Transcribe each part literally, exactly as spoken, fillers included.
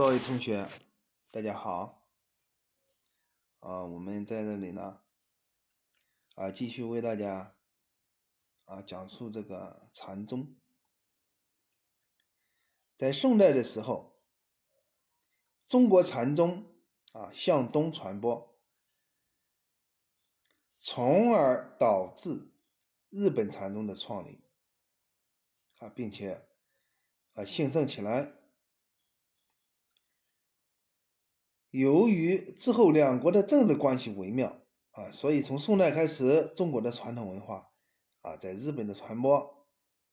各位同学，大家好。啊，我们在这里呢，啊，继续为大家啊讲述这个禅宗。在宋代的时候，中国禅宗啊向东传播，从而导致日本禅宗的创立啊，并且啊兴盛起来。由于之后两国的政治关系微妙啊，所以从宋代开始，中国的传统文化啊在日本的传播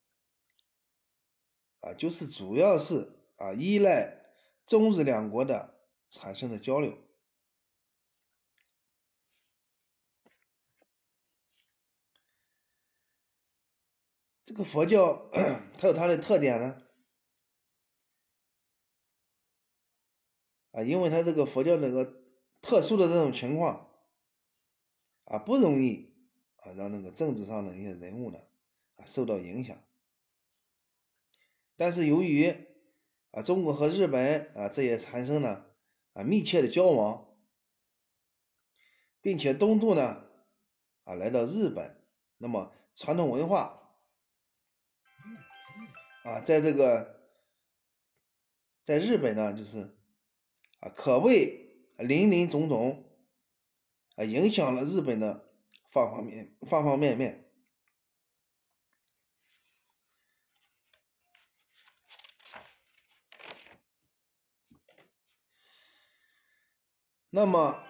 啊，就是主要是啊依赖中日两国的产生的交流。这个佛教它有它的特点呢啊，因为它这个佛教那个特殊的这种情况啊，不容易啊让那个政治上的一些人物呢啊受到影响。但是由于啊中国和日本啊这也产生了啊密切的交往，并且东渡呢啊来到日本，那么传统文化啊在这个在日本呢就是啊可谓林林总总啊影响了日本的方方面方方面面。那么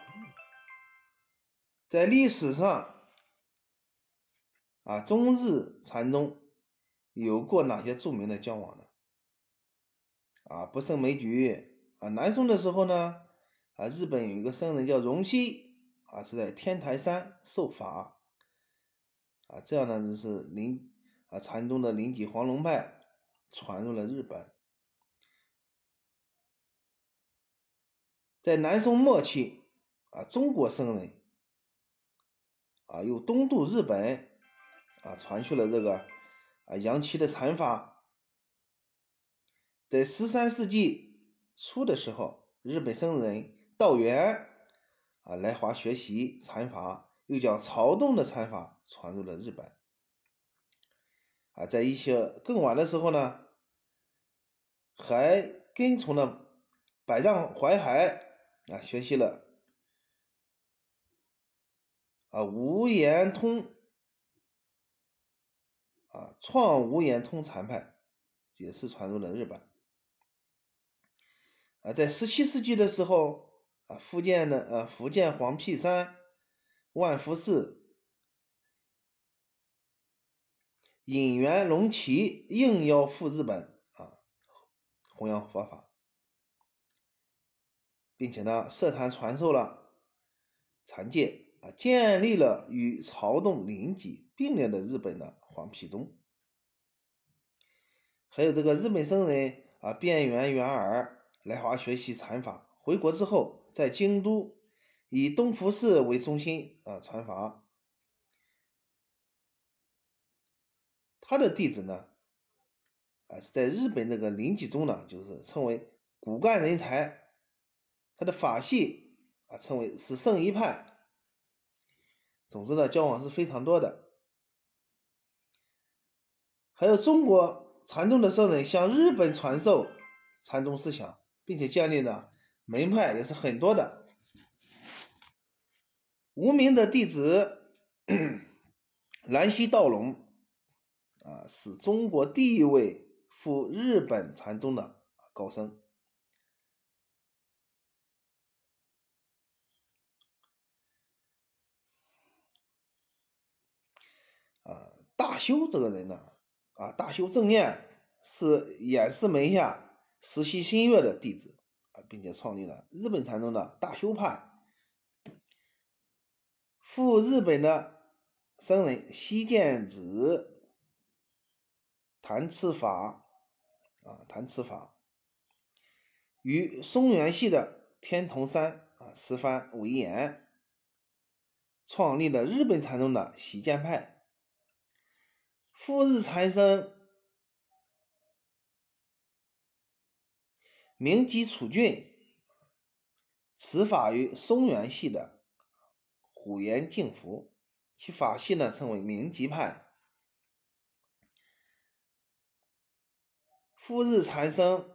在历史上啊中日禅宗有过哪些著名的交往呢？啊不胜枚举啊。南宋的时候呢啊日本有一个僧人叫荣西啊，是在天台山受法啊，这样呢就是临啊禅宗的临济黄龙派传入了日本。在南宋末期啊，中国僧人啊又东渡日本啊，传去了这个啊杨岐的禅法。在十三世纪初的时候，日本僧人道元啊来华学习禅法，又将曹洞的禅法传入了日本。啊，在一些更晚的时候呢，还跟从了百丈怀海啊学习了啊无言通啊创无言通禅派，也是传入了日本。啊，在十七世纪的时候啊，福建的呃福建黄璧山、万福寺、隐元隆起应邀赴日本啊弘扬佛法，并且呢设坛传授了禅戒啊，建立了与曹洞、临济并列的日本的黄毗宗。还有这个日本僧人啊边元元尔来华学习禅法，回国之后在京都以东福寺为中心啊传法。他的弟子呢啊是在日本这个临济宗呢就是称为骨干人才，他的法系啊称为是圣一派。总之呢交往是非常多的。还有中国禅宗的僧人向日本传授禅宗思想，并且建立了门派也是很多的。无名的弟子兰溪道隆啊，是中国第一位赴日本禅宗的高僧。啊，大修这个人呢，啊，大修正念是偃师门下实习新月的弟子啊，并且创立了日本禅宗的大修派。赴日本的僧人西涧子、谭次法啊，谭次法与松原系的天童山啊十番为言，创立了日本禅宗的西涧派。赴日禅僧名基楚俊，此法于松原系的虎岩敬福，其法系呢称为明极派。复日禅僧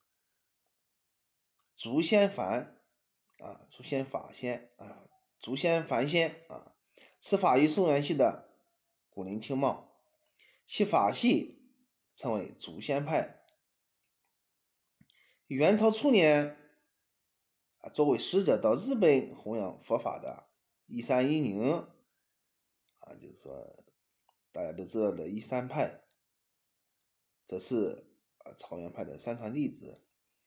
竺仙梵啊，竺仙法仙啊，竺仙梵仙啊，此法于松原系的古林清茂，其法系称为竺仙派。元朝初年啊，作为使者到日本弘扬佛法的一三一宁啊，就是说大家都知道的一三派，这是啊草原派的三传弟子。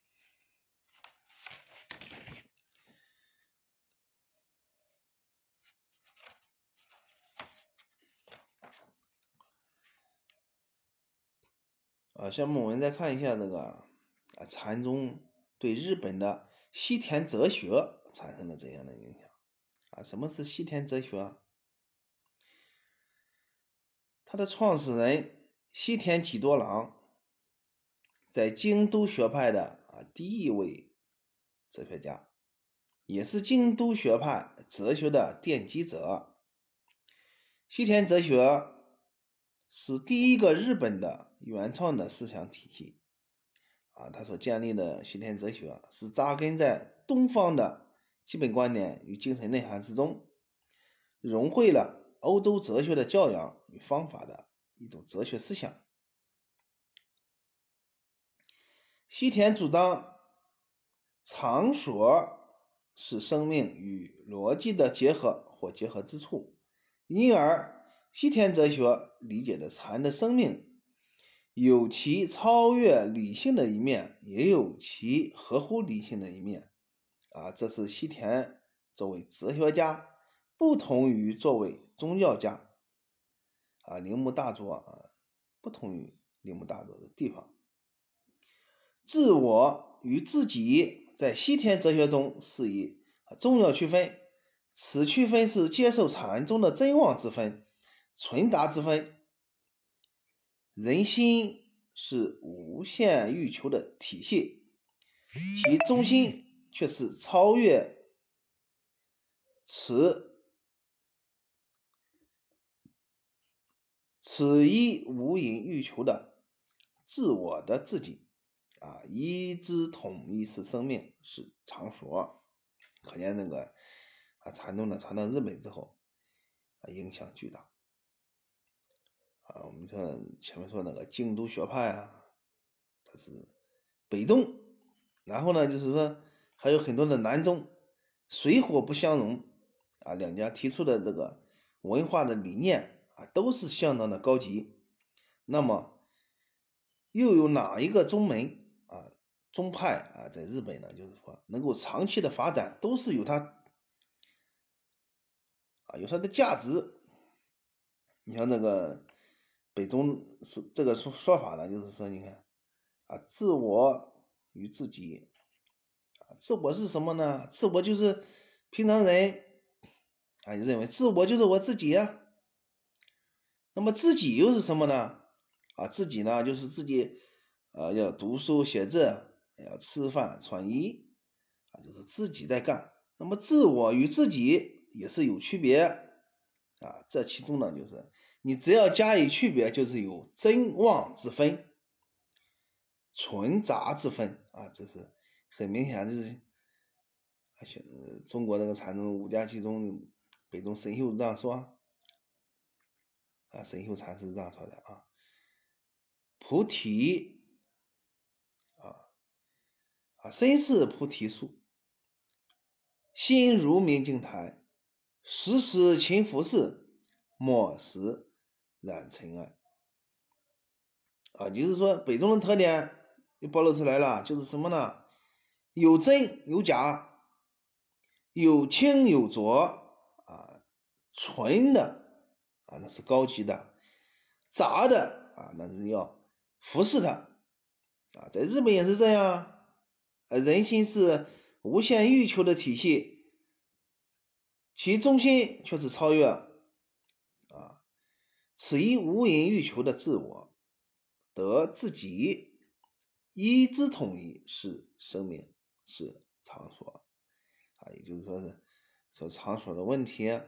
啊，下面我们再看一下这个啊禅宗对日本的西田哲学产生了怎样的影响啊？什么是西田哲学？它的创始人西田几多郎，在京都学派的啊第一位哲学家，也是京都学派哲学的奠基者。西田哲学是第一个日本的原创的思想体系啊，他所建立的西田哲学是扎根在东方的基本观念与精神内涵之中，融汇了欧洲哲学的教养与方法的一种哲学思想。西田主张场所是生命与逻辑的结合或结合之处，因而西田哲学理解的禅的生命有其超越理性的一面，也有其合乎理性的一面啊，这是西田作为哲学家不同于作为宗教家啊铃木大作啊不同于铃木大作的地方。自我与自己在西田哲学中是以重要区分，此区分是接受禅宗的真妄之分、纯杂之分。人心是无限欲求的体系，其中心却是超越此此一无垠欲求的自我的自己啊，一之统一是生命，是场所。可见那个啊禅宗呢传到日本之后啊影响巨大啊。我们说前面说那个京都学派啊，它是北宗，然后呢就是说还有很多的南宗，水火不相容啊，两家提出的这个文化的理念啊都是相当的高级。那么又有哪一个宗门啊宗派啊在日本呢，就是说能够长期的发展，都是有它啊有它的价值。你像那个北宗说这个说说法呢，就是说你看啊自我与自己啊，自我是什么呢？自我就是平常人啊认为自我就是我自己呀、啊。那么自己又是什么呢？啊自己呢就是自己啊要读书写字，要吃饭穿衣啊，就是自己在干。那么自我与自己也是有区别啊，这其中呢就是你只要加以区别，就是有真妄之分、纯杂之分啊，这是很明显，这是啊，中国那个禅宗五家七宗，北宗神秀这样说啊，神秀禅师这样说的啊，菩提啊啊，身是菩提树，心如明镜台，时时勤拂拭，莫使染尘埃啊，就是说北宗的特点又暴露出来了，就是什么呢？有真有假，有清有浊啊，纯的啊那是高级的，杂的啊那是要服侍它啊。在日本也是这样，呃，人心是无限欲求的体系，其中心却是超越啊，此一无垠欲求的自我得自己， 一之统一是生命，是场所啊，也就是说是说场所的问题。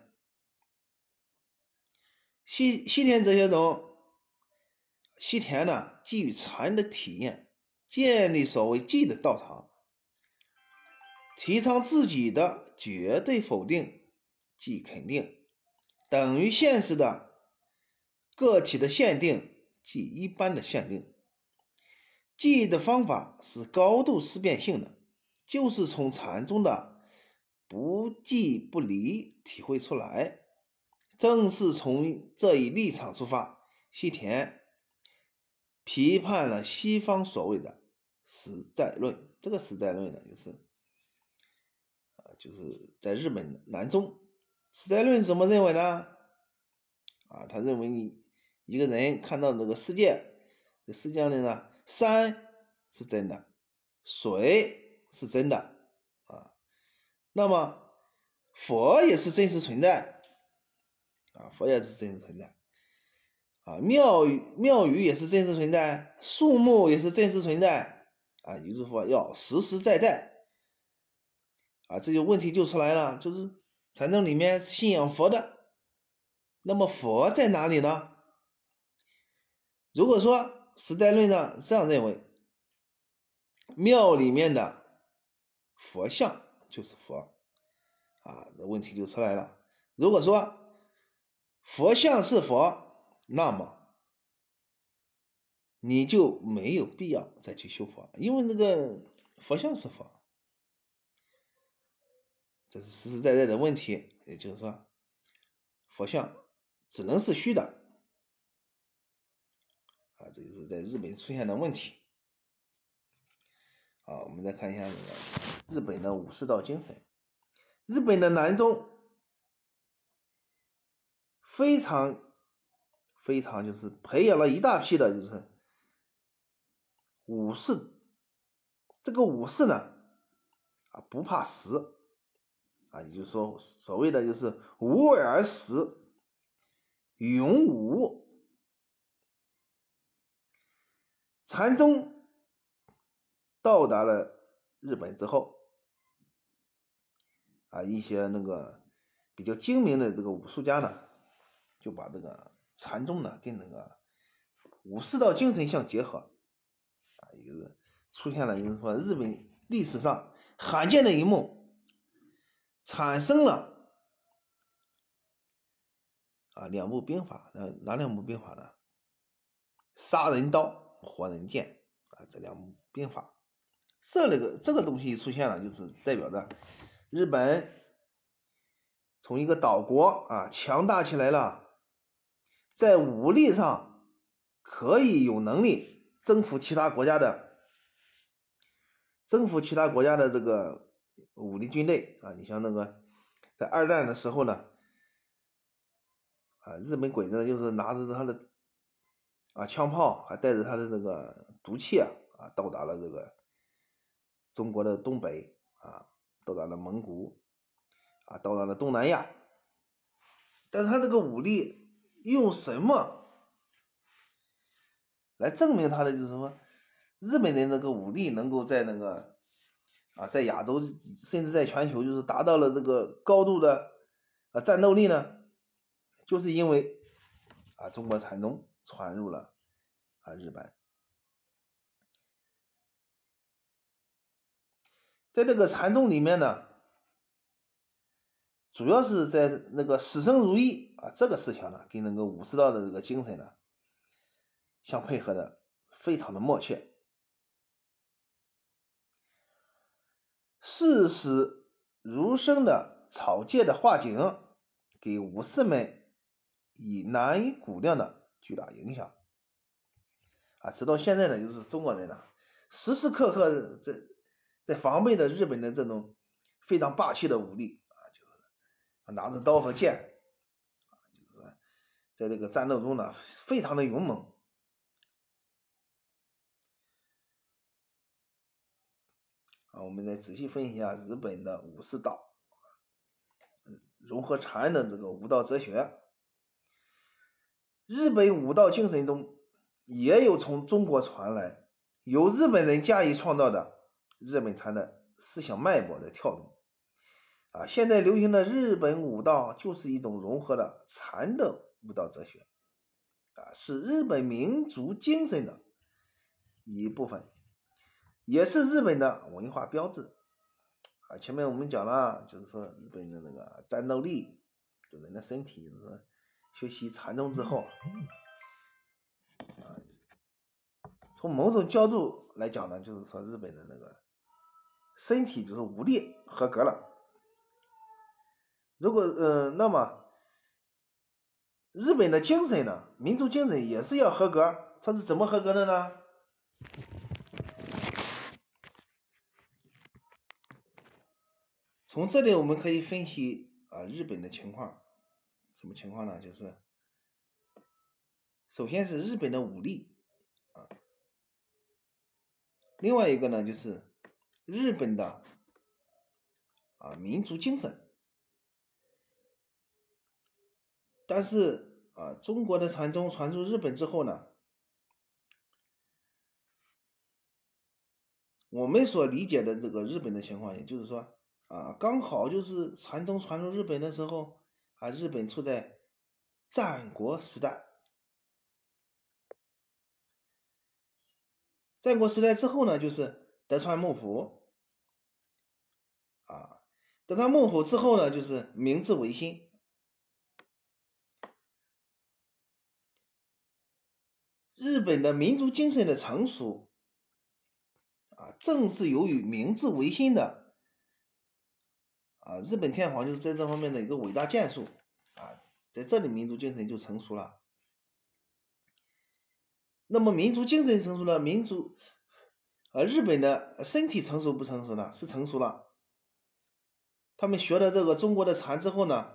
西西田哲学中，西田呢基于禅的体验，建立所谓寂的道场，提倡自己的绝对否定即肯定，等于现实的个体的限定即一般的限定。记忆的方法是高度思辨性的，就是从禅中的不即不离体会出来。正是从这一立场出发，西田批判了西方所谓的实在论。这个实在论呢，就是啊，就是在日本南宗，实在论怎么认为呢？啊，他认为一个人看到这个世界，这世界上的呢，山是真的，水是真的啊，那么佛也是真实存在啊，佛也是真实存在啊，庙宇庙宇也是真实存在，树木也是真实存在啊，也就是说要实实在在啊，这就问题就出来了，就是禅宗里面信仰佛的，那么佛在哪里呢？如果说时代论上这样认为，庙里面的佛像就是佛啊，这问题就出来了。如果说佛像是佛，那么你就没有必要再去修佛，因为那个佛像是佛，这是实实在在的问题。也就是说，佛像只能是虚的啊，这就是在日本出现的问题。啊，我们再看一下这个日本的武士道精神。日本的南宗非常非常就是培养了一大批的就是武士，这个武士呢啊不怕死啊，也就是说所谓的就是无为而死，勇武。禅宗到达了日本之后啊，一些那个比较精明的这个武术家呢，就把这个禅宗呢跟那个武士道精神相结合啊，也就是出现了就是说日本历史上罕见的一幕，产生了啊两部兵法，呃哪两部兵法呢？杀人刀，活人剑啊，这两部兵法，这那个这个东西一出现了，就是代表着日本从一个岛国啊强大起来了，在武力上可以有能力征服其他国家的，征服其他国家的这个武力军队啊。你像那个在二战的时候呢，啊，日本鬼子就是拿着他的啊枪炮，还带着他的那个毒气啊啊，到达了这个中国的东北啊，到达了蒙古啊，到达了东南亚。但是他这个武力用什么来证明他的就是说日本人那个武力能够在那个啊在亚洲甚至在全球就是达到了这个高度的啊战斗力呢？就是因为啊中国禅宗传入了啊日本。在这个禅宗里面呢，主要是在那个死生如一啊这个思想呢，跟那个武士道的这个精神呢相配合的非常的默契。视死如生的草芥的画景，给武士们以难以估量的巨大影响啊！直到现在呢，就是中国人呢，时时刻刻在在防备着日本的这种非常霸气的武力啊，就是拿着刀和剑啊，就是在这个战斗中呢，非常的勇猛。啊，我们再仔细分析一下日本的武士道，融合禅的这个武道哲学。日本武道精神中也有从中国传来由日本人加以创造的日本禅的思想脉搏在跳动。啊，现在流行的日本武道就是一种融合了禅的武道哲学，啊，是日本民族精神的一部分，也是日本的文化标志。啊，前面我们讲了，就是说日本的那个战斗力，就人的身体，就是说学习禅宗之后，啊，从某种角度来讲呢，就是说日本的那个身体就是武力合格了。如果呃，那么日本的精神呢，民族精神也是要合格，它是怎么合格的呢？从这里我们可以分析啊日本的情况，什么情况呢？就是首先是日本的武力啊，另外一个呢就是日本的啊民族精神。但是啊，中国的禅宗传入日本之后呢，我们所理解的这个日本的情况，也就是说啊，刚好就是禅宗传入日本的时候啊，日本处在战国时代。战国时代之后呢，就是德川幕府啊，德川幕府之后呢，就是明治维新。日本的民族精神的成熟啊，正是由于明治维新的啊，日本天皇就是在这方面的一个伟大建树啊，在这里民族精神就成熟了。那么民族精神成熟了，民族呃日本的身体成熟不成熟呢？是成熟了。他们学了这个中国的禅之后呢，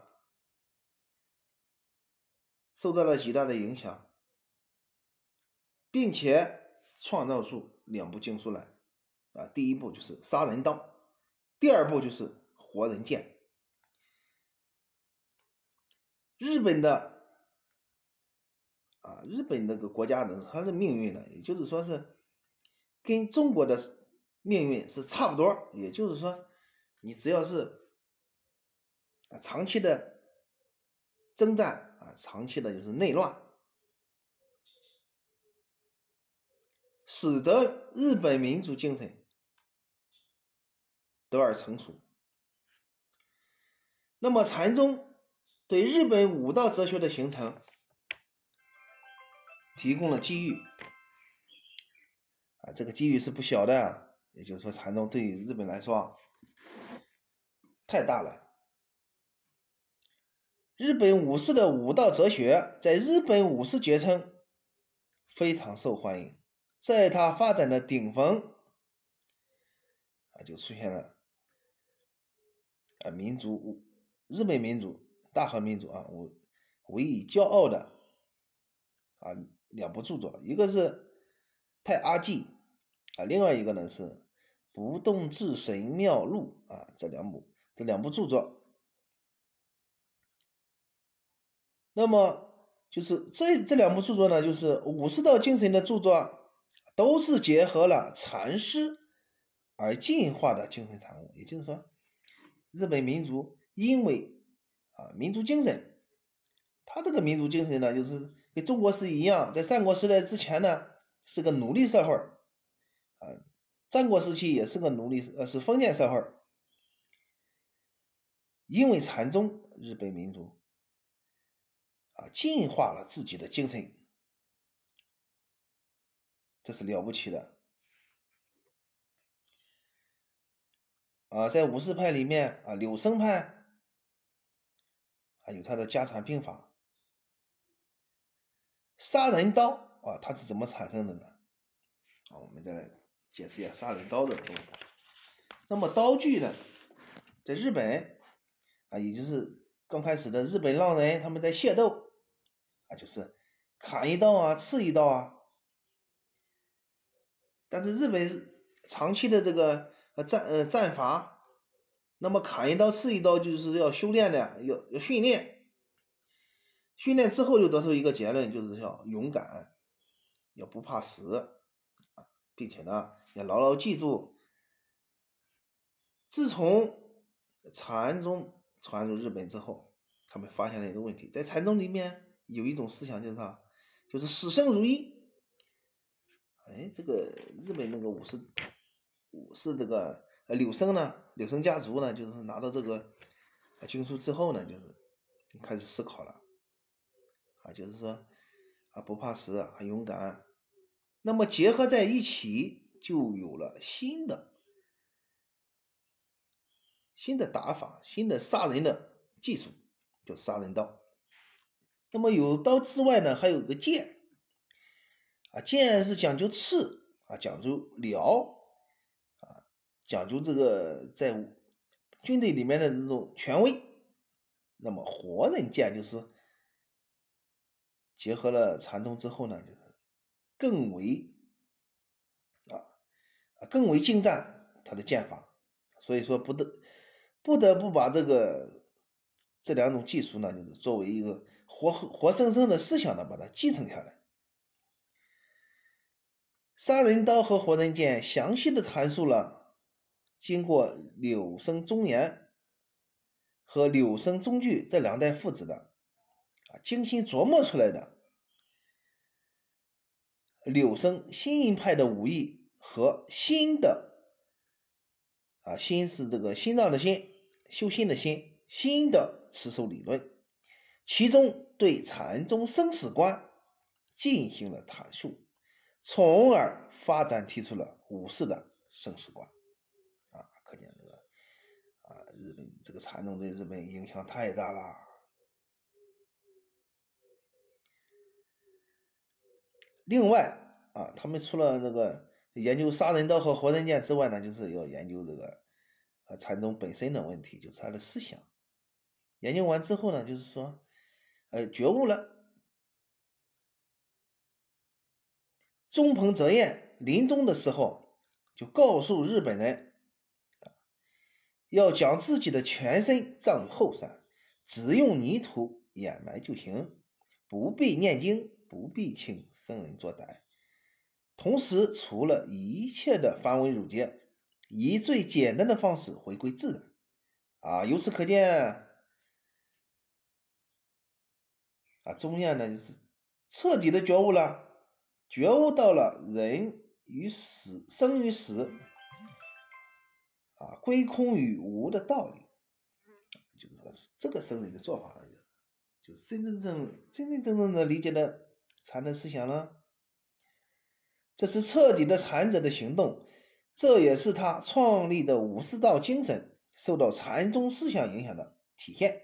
受到了极大的影响，并且创造出两部经书来啊，第一部就是杀人刀，第二部就是活人剑。日本的啊，日本这个国家呢，它的命运呢，也就是说是跟中国的命运是差不多。也就是说，你只要是啊长期的征战啊，长期的就是内乱，使得日本民族精神得而成熟。那么禅宗对日本武道哲学的形成提供了机遇啊，这个机遇是不小的啊。也就是说，禅宗对于日本来说太大了。日本武士的武道哲学在日本武士阶层非常受欢迎，在它发展的顶峰啊，就出现了啊民族日本民族大和民族啊，我唯以骄傲的啊两部著作，一个是《太阿记》啊，另外一个呢是《不动智神妙录》啊，这两部这两部著作。那么就是这这两部著作呢，就是武士道精神的著作，都是结合了禅师而进化的精神产物。也就是说，日本民族因为啊民族精神，他这个民族精神呢，就是跟中国是一样，在战国时代之前呢是个奴隶社会啊，战国时期也是个奴隶呃是封建社会。因为禅宗，日本民族啊进化了自己的精神，这是了不起的啊。在武士派里面啊，柳生派还有他的家传兵法。杀人刀啊，它是怎么产生的呢？啊，我们再来解释一下杀人刀的东西。那么刀具呢，在日本啊，也就是刚开始的日本浪人，他们在械斗啊，就是砍一刀啊，刺一刀啊。但是日本是长期的这个呃战呃战法，那么砍一刀刺一刀就是要修炼的，要要训练，训练之后就得出一个结论，就是要勇敢，要不怕死。 并且呢要牢牢记住，自从禅宗传入日本之后，他们发现了一个问题，在禅宗里面有一种思想就是啥，就是死生如一。哎，这个日本那个武士武士这个呃柳生呢，柳生家族呢，就是拿到这个经书之后呢，就是开始思考了啊，就是说啊不怕死，很勇敢。那么结合在一起，就有了新的新的打法，新的杀人的技术，就是杀人刀。那么有刀之外呢，还有个剑啊，剑是讲究刺啊，讲究撩啊，讲究这个在军队里面的这种权威。那么活人剑就是结合了禅宗之后呢，就是更为啊更为精湛它的剑法，所以说不得不得不把这个这两种技术呢，就是作为一个活活生生的思想呢，把它继承下来。杀人刀和活人剑详细的阐述了经过柳生忠言和柳生忠具这两代父子的啊精心琢磨出来的柳生新营派的武艺和新的啊心是这个心脏的心，修心的心，新的持守理论，其中对禅宗生死观进行了阐述，从而发展提出了武士的生死观啊，可见这个啊日本这个禅宗对日本影响太大了。另外啊，他们除了那个研究杀人刀和活人剑之外呢，就是要研究这个啊禅宗本身的问题，就是他的思想。研究完之后呢，就是说，呃，觉悟了。中朋泽彦临终的时候，就告诉日本人，要将自己的全身葬于后山，只用泥土掩埋就行，不必念经，不必请僧人作歹。同时，除了一切的繁文缛节，以最简单的方式回归自然。啊，由此可见，啊，中彦呢就是彻底的觉悟了，觉悟到了人与死、生与死，啊，归空与无的道理。就是说，这个僧人的做法呢，就是真真正真真正正的理解了禅的思想了。这是彻底的禅者的行动，这也是他创立的武士道精神受到禅宗思想影响的体现。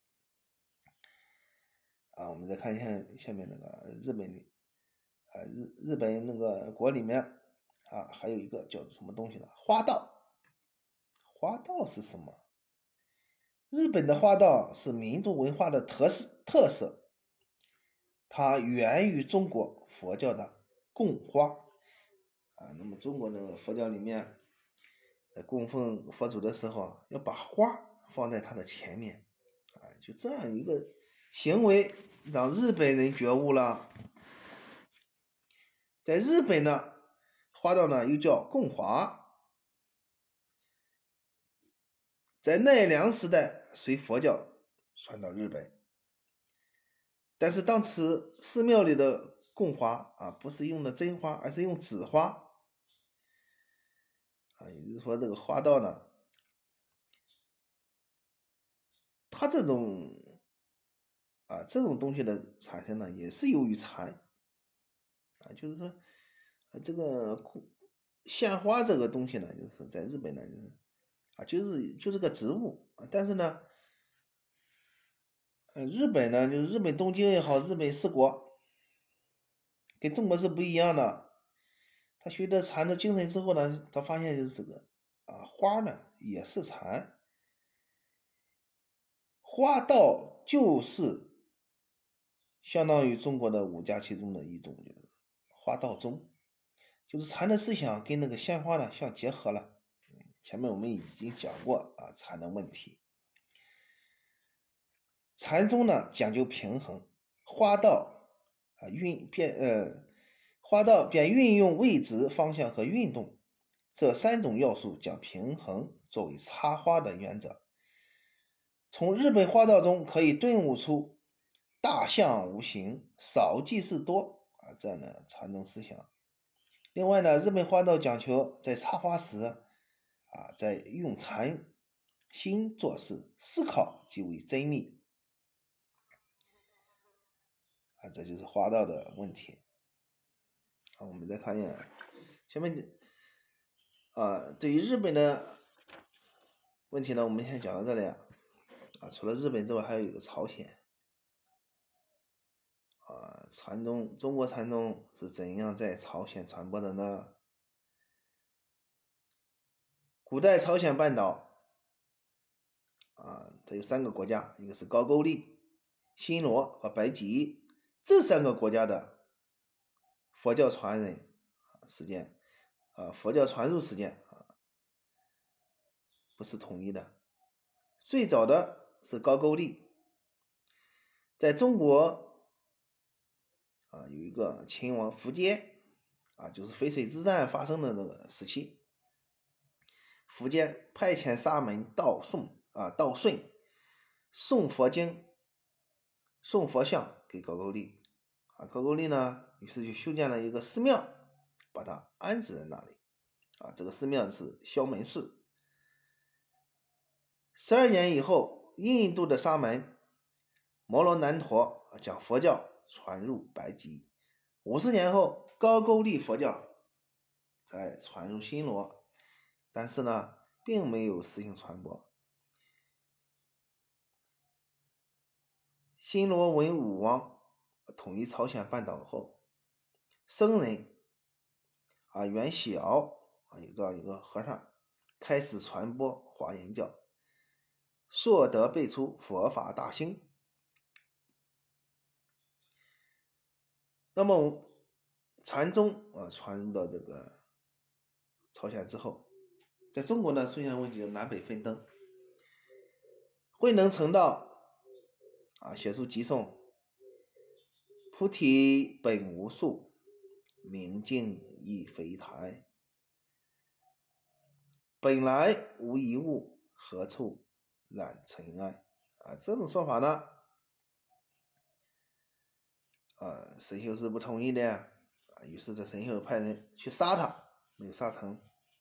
啊，我们再看一下下面那个日本里，啊日日本那个国里面啊，还有一个叫什么东西呢？花道。花道是什么？日本的花道是民族文化的特色特色，它源于中国佛教的供花啊。那么中国那个佛教里面，在供奉佛祖的时候，要把花放在他的前面啊，就这样一个行为，让日本人觉悟了。在日本呢，花道呢又叫供花。在奈良时代，随佛教传到日本，但是当时寺庙里的供花啊，不是用的真花，而是用纸花啊。也就是说，这个花道呢，它这种啊这种东西的产生呢，也是由于禅啊，就是说，这个献花这个东西呢，就是在日本呢，就是啊，就是就是个植物啊，但是呢。呃，日本呢，就是日本东京也好，日本四国跟中国是不一样的。他学的禅的精神之后呢，他发现就是这个啊，花呢也是禅，花道就是相当于中国的五家其中的一种，就是花道宗，就是禅的思想跟那个鲜花呢相结合了。前面我们已经讲过啊，禅的问题。禅宗呢讲究平衡，花道啊运变呃花道便运用位置、方向和运动这三种要素，将平衡作为插花的原则。从日本花道中可以顿悟出大象无形，少即是多啊这样的传统思想。另外呢，日本花道讲求在插花时啊，在用禅心做事，思考即为真密啊，这就是花道的问题。好，我们再看一眼前面啊，对于日本的问题呢，我们先讲到这里啊。啊，除了日本之外，还有一个朝鲜。啊，禅宗，中国禅宗是怎样在朝鲜传播的呢？古代朝鲜半岛啊，它有三个国家，一个是高句丽、新罗和白吉，这三个国家的佛教传人时间啊，佛教传入时间啊，不是统一的。最早的是高句丽，在中国啊有一个秦王苻坚啊，就是淝水之战发生的那个时期，苻坚派遣沙门到宋啊到舜送佛经、送佛像给高句丽啊，高句丽呢，于是就修建了一个寺庙，把它安置在那里啊，这个寺庙是萧门寺。十二年以后，印度的沙门摩罗南陀将佛教传入白吉。五十年后，高句丽佛教再传入新罗，但是呢，并没有实行传播。新罗文武王统一朝鲜半岛后，僧人啊袁喜敖啊有这样一个和尚，开始传播华严教，硕德辈出，佛法大兴。那么禅宗啊传入到这个朝鲜之后，在中国呢出现问题，就南北分登。慧能成道啊，写书集诵：菩提本无树，明镜亦非台，本来无一物，何处染尘埃啊，这种说法呢啊，神秀是不同意的啊，于是这神秀派人去杀他，没有杀成。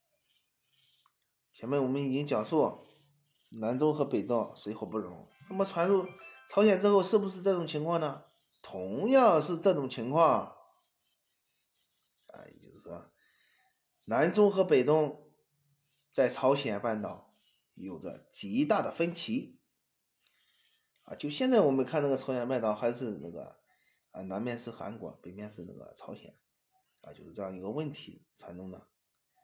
前面我们已经讲述南宗和北宗水火不容，那么传入朝鲜之后是不是这种情况呢？同样是这种情况啊，也就是说南宗和北宗在朝鲜半岛有着极大的分歧啊，就现在我们看那个朝鲜半岛还是那个啊，南面是韩国，北面是那个朝鲜啊，就是这样一个问题产生的。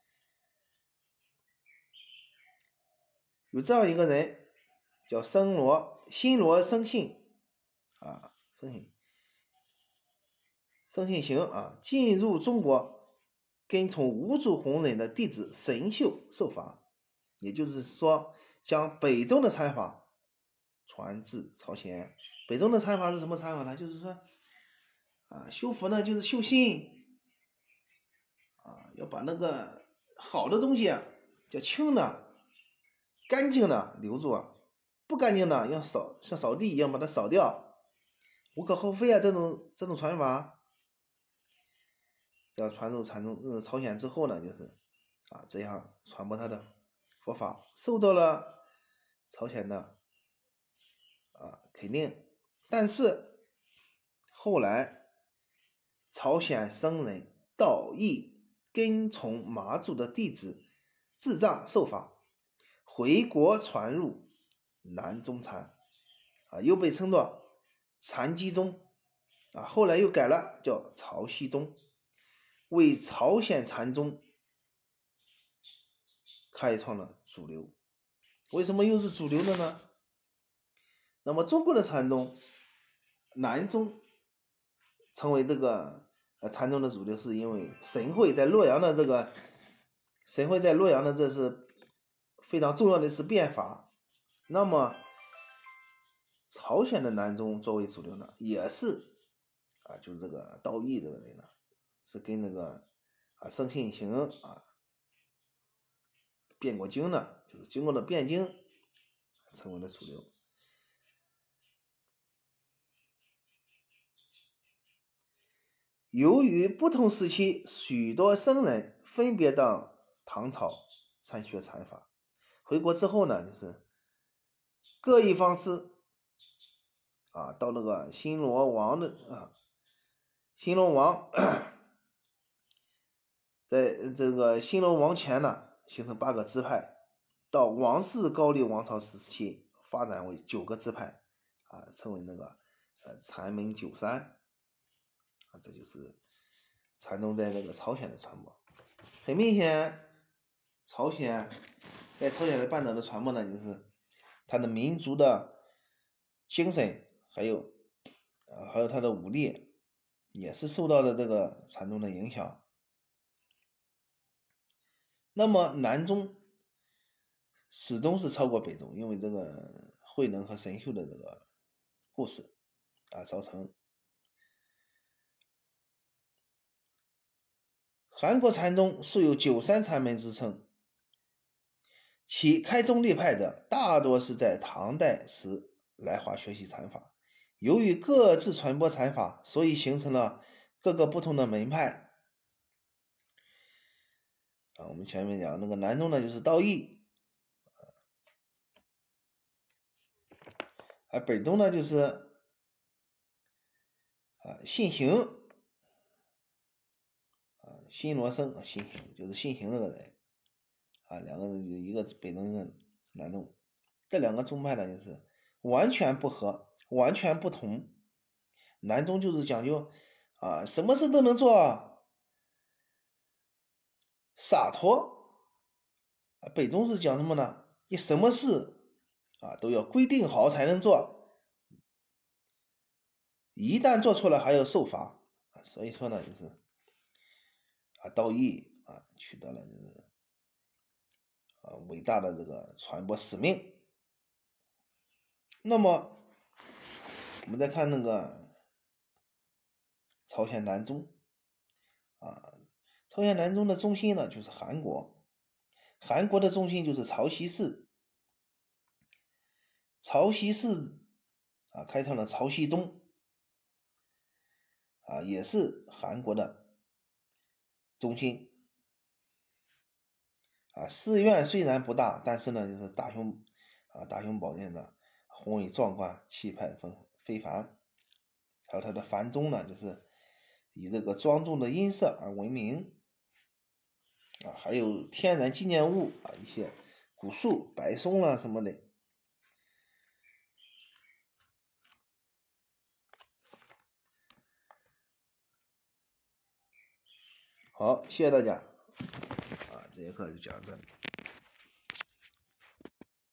有这样一个人叫僧罗，新罗生信啊，生信生信行啊，进入中国，跟从无祖弘忍的弟子神秀受法，也就是说将北宗的禅法传至朝鲜。北宗的禅法是什么禅法呢？就是说啊，修佛呢就是修心啊，要把那个好的东西啊叫清的、干净的留住啊，不干净的要扫，像扫地一样把它扫掉，无可厚非啊。这种这种传法，要传入禅宗呃朝鲜之后呢，就是啊这样传播他的佛法，受到了朝鲜的啊肯定。但是后来朝鲜僧人道义跟从马祖的弟子智藏受法，回国传入南宗禅啊，又被称作禅机宗啊，后来又改了叫潮汐宗，为朝鲜禅宗开创了主流。为什么又是主流的呢？那么中国的禅宗南宗成为这个呃禅宗的主流，是因为神会在洛阳的这个神会在洛阳的这是非常重要的是变法。那么朝鲜的南宗作为主流呢，也是啊，就是这个道义这个人呢， 是跟那个啊圣信行啊辩过经的，就是经过了辩经成为了主流。由于不同时期许多僧人分别到唐朝参学禅法，回国之后呢，就是各一方式啊，到那个新罗王的啊，新罗王在这个新罗王前呢，形成八个支派，到王室高丽王朝时期发展为九个支派啊，称为那个呃禅门九山啊，这就是禅宗在那个朝鲜的传播。很明显，朝鲜在朝鲜的半岛的传播呢，就是它的民族的精神，还有呃还有它的武力，也是受到了这个禅宗的影响。那么南宗始终是超过北宗，因为这个慧能和神秀的这个故事啊，造成韩国禅宗素有九山禅门之称，其开宗立派者大多是在唐代时来华学习禅法，由于各自传播禅法，所以形成了各个不同的门派啊。我们前面讲那个南宗呢，就是道义，而北宗呢，就是啊信行啊，新罗僧信行就是信行这个人啊，两个人一个北宗一个南宗，这两个宗派呢就是完全不合，完全不同。南宗就是讲究啊，什么事都能做，洒脱；北宗是讲什么呢？你什么事啊都要规定好才能做，一旦做错了还要受罚。所以说呢，就是啊，道义啊取得了就是啊伟大的这个传播使命。那么我们再看那个朝鲜南宗啊，朝鲜南宗的中心呢就是韩国，韩国的中心就是潮汐市，潮汐市啊开创了潮汐宗啊，也是韩国的中心啊。寺院虽然不大，但是呢就是大雄啊大雄宝殿的宏伟壮观，气派非非凡。还有它的梵宗呢，就是以这个庄重的音色而闻名啊，还有天然纪念物啊，一些古树、白松啦、啊、什么的。好，谢谢大家啊，这节课就讲到这里。